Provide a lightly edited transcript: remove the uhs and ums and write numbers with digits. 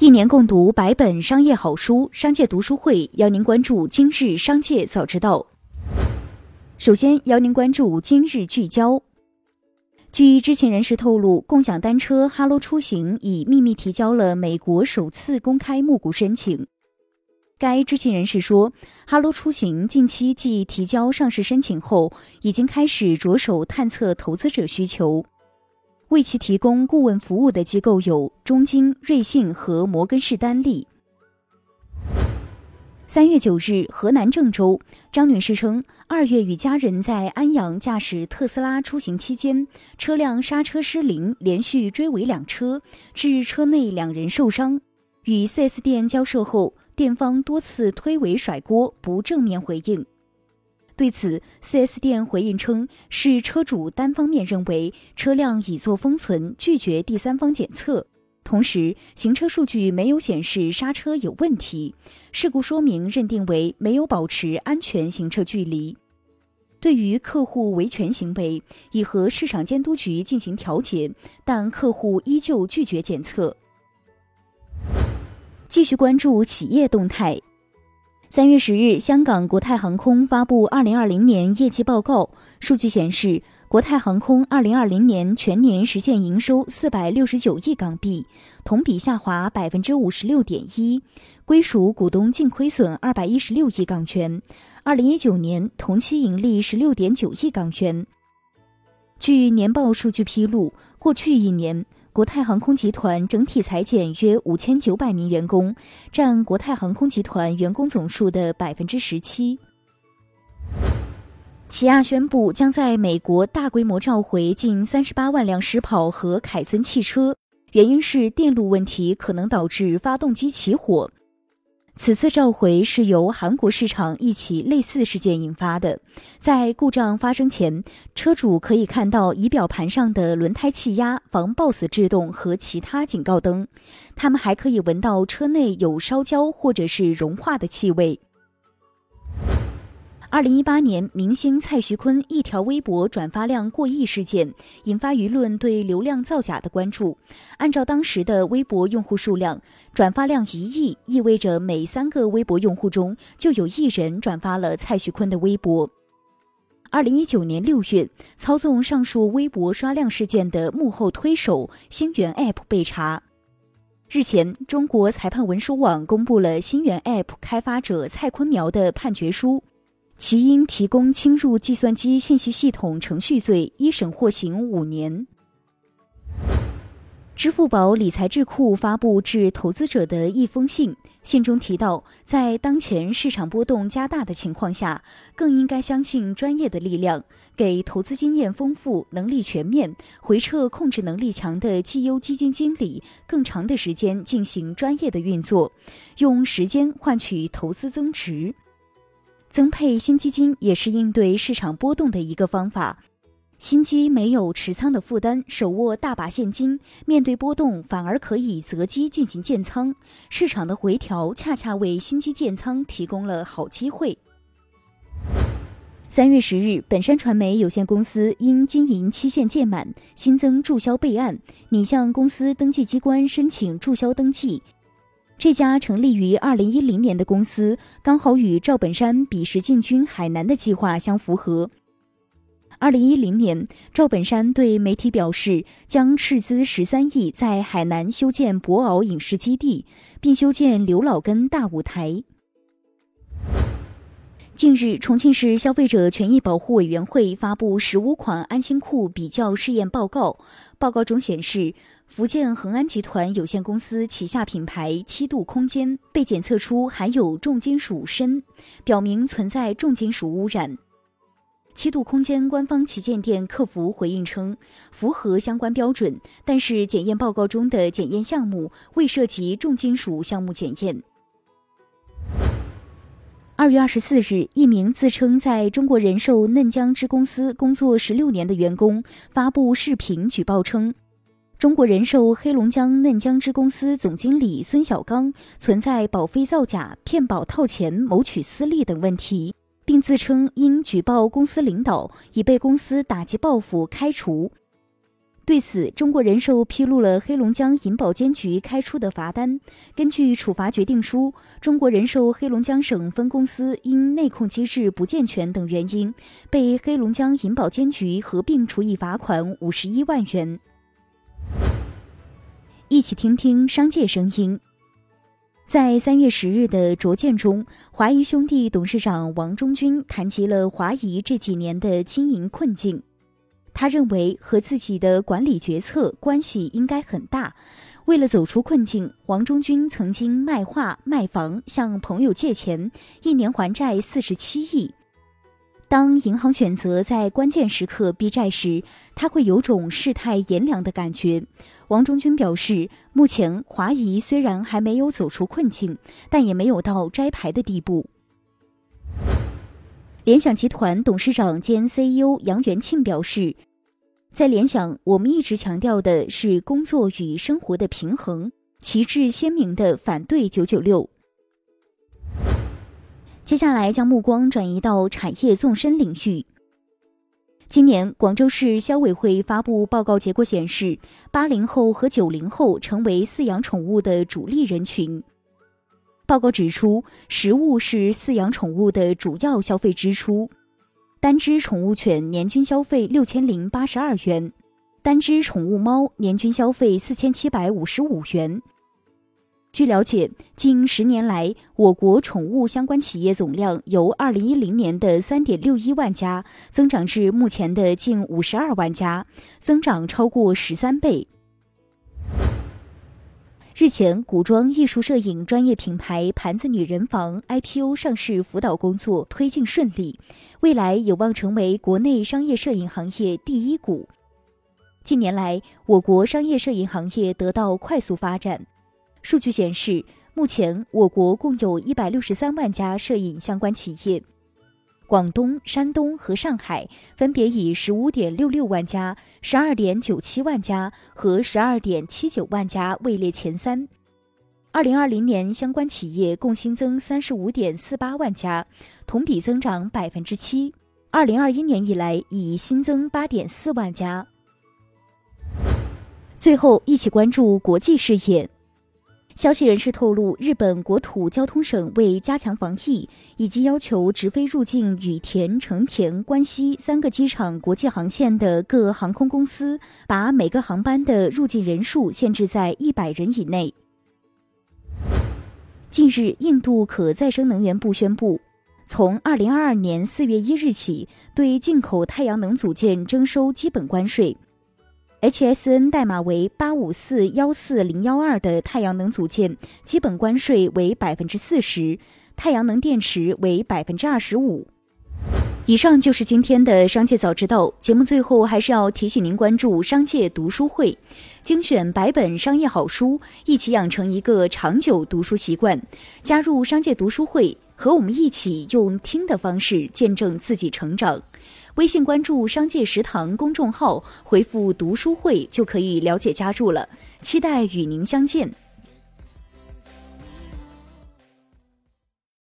一年共读100本商业好书，商界读书会邀您关注今日商界早知道。首先邀您关注今日聚焦。据知情人士透露，共享单车哈罗出行已秘密提交了美国首次公开募股申请。该知情人士说，哈罗出行近期继提交上市申请后，已经开始着手探测投资者需求。为其提供顾问服务的机构有中金、瑞信和摩根士丹利。3月9日，河南郑州，张女士称，2月与家人在安阳驾驶特斯拉出行期间，车辆刹车失灵，连续追尾2车，致车内2人受伤。与 4S 店交涉后，店方多次推诿甩锅，不正面回应。对此 4S 店回应称，是车主单方面认为车辆已做封存，拒绝第三方检测。同时，行车数据没有显示刹车有问题，事故说明认定为没有保持安全行车距离。对于客户维权行为，已和市场监督局进行调解，但客户依旧拒绝检测。继续关注企业动态。3月10日，香港国泰航空发布2020年业绩报告，数据显示，国泰航空2020年全年实现营收469亿港币，同比下滑 56.1%， 归属股东净亏损216亿港元，2019年同期盈利16.9亿港元。据年报数据披露，过去一年，国泰航空集团整体裁减约5900名员工，占国泰航空集团员工总数的 17%。起亚宣布将在美国大规模召回近38万辆狮跑和凯尊汽车，原因是电路问题可能导致发动机起火。此次召回是由韩国市场一起类似事件引发的。在故障发生前，车主可以看到仪表盘上的轮胎气压、防抱死制动和其他警告灯，他们还可以闻到车内有烧焦或者是融化的气味。2018年，明星蔡徐坤一条微博转发量过亿事件，引发舆论对流量造假的关注。按照当时的微博用户数量，转发量1亿，意味着每3个微博用户中就有1人转发了蔡徐坤的微博。2019年6月，操纵上述微博刷量事件的幕后推手星源 App 被查。日前，中国裁判文书网公布了星源 App 开发者蔡坤苗的判决书。其因提供侵入计算机信息系统程序罪，一审获刑5年。支付宝理财智库发布致投资者的一封信，信中提到，在当前市场波动加大的情况下，更应该相信专业的力量，给投资经验丰富、能力全面、回撤控制能力强的绩优基金经理更长的时间进行专业的运作，用时间换取投资增值。增配新基金也是应对市场波动的一个方法。新基没有持仓的负担，手握大把现金，面对波动反而可以择机进行建仓，市场的回调恰恰为新基建仓提供了好机会。3月10日，本山传媒有限公司因经营期限届满，新增注销备案，拟向公司登记机关申请注销登记。这家成立于2010年的公司，刚好与赵本山彼时进军海南的计划相符合。2010年，赵本山对媒体表示，将斥资13亿在海南修建博鳌影视基地，并修建刘老根大舞台。近日，重庆市消费者权益保护委员会发布15款安心裤比较试验报告，报告中显示，福建恒安集团有限公司旗下品牌七度空间被检测出含有重金属砷，表明存在重金属污染。七度空间官方旗舰店客服回应称，符合相关标准，但是检验报告中的检验项目未涉及重金属项目检验。2月24日，一名自称在中国人寿嫩江支公司工作16年的员工发布视频举报称，中国人寿黑龙江嫩江支公司总经理孙小刚存在保费造假、骗保套钱、谋取私利等问题，并自称因举报公司领导已被公司打击报复开除。 对此，中国人寿披露了黑龙江银保监局开出的罚单。根据处罚决定书，中国人寿黑龙江省分公司因内控机制不健全等原因，被黑龙江银保监局合并处以罚款51万元。一起听听商界声音。在3月10日的卓见中，华谊兄弟董事长王中军谈及了华谊这几年的经营困境。他认为和自己的管理决策关系应该很大。为了走出困境，王中军曾经卖画卖房，向朋友借钱，1年还债47亿。当银行选择在关键时刻逼债时，他会有种世态炎凉的感觉。王中军表示，目前华谊虽然还没有走出困境，但也没有到摘牌的地步。联想集团董事长兼 CEO 杨元庆表示，在联想，我们一直强调的是工作与生活的平衡，旗帜鲜明地反对996。接下来将目光转移到产业纵深领域。今年，广州市消委会发布报告结果显示，80后和90后成为饲养宠物的主力人群。报告指出，食物是饲养宠物的主要消费支出。单只宠物犬年均消费6082元，单只宠物猫年均消费4755元。据了解，近10年来，我国宠物相关企业总量由2010年的3.61万家增长至目前的近52万家，增长超过13倍。日前，古装艺术摄影专业品牌盘子女人房 IPO 上市辅导工作推进顺利，未来有望成为国内商业摄影行业第一股。近年来，我国商业摄影行业得到快速发展。数据显示，目前我国共有163万家摄影相关企业，广东、山东和上海分别以15.66万家、12.97万家和12.79万家位列前3。2020年相关企业共新增35.48万家，同比增长7%。2021年以来已新增8.4万家。最后，一起关注国际视野。消息人士透露，日本国土交通省为加强防疫，已经要求直飞入境羽田、成田、关西3个机场国际航线的各航空公司，把每个航班的入境人数限制在100人以内。近日，印度可再生能源部宣布，从2022年4月1日起，对进口太阳能组件征收基本关税。HSN 代码为85414012的太阳能组件，基本关税为40%，太阳能电池为25%。以上就是今天的商界早知道。节目最后还是要提醒您关注商界读书会，精选100本商业好书，一起养成一个长久读书习惯。加入商界读书会，和我们一起用听的方式见证自己成长。微信关注商界食堂公众号，回复读书会就可以了解加入了，期待与您相见。